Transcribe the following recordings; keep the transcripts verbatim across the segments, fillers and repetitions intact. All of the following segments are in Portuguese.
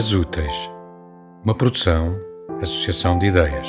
Ideias Úteis, uma produção, associação de ideias.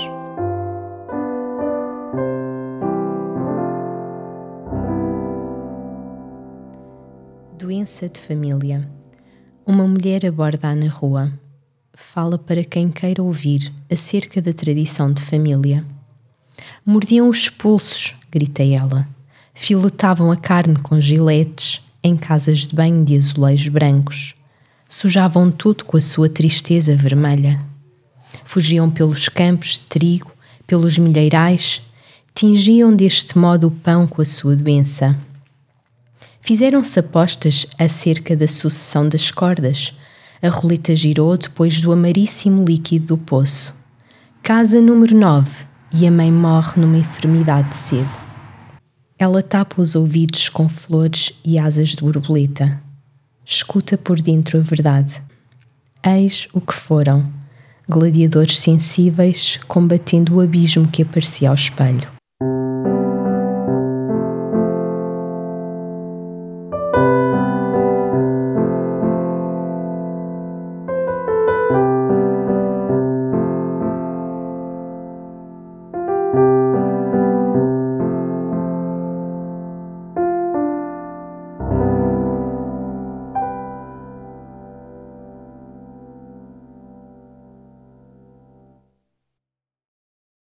Doença de família. Uma mulher aborda na rua. Fala para quem queira ouvir acerca da tradição de família. Mordiam os pulsos, grita ela. Filetavam a carne com giletes em casas de banho de azulejos brancos. Sujavam tudo com a sua tristeza vermelha. Fugiam pelos campos de trigo, pelos milheirais, tingiam deste modo o pão com a sua doença. Fizeram-se apostas acerca da sucessão das cordas. A roleta girou depois do amaríssimo líquido do poço. Casa número nove, e a mãe morre numa enfermidade de sede. Ela tapa os ouvidos com flores e asas de borboleta. Escuta por dentro a verdade. Eis o que foram, gladiadores sensíveis combatendo o abismo que aparecia ao espelho.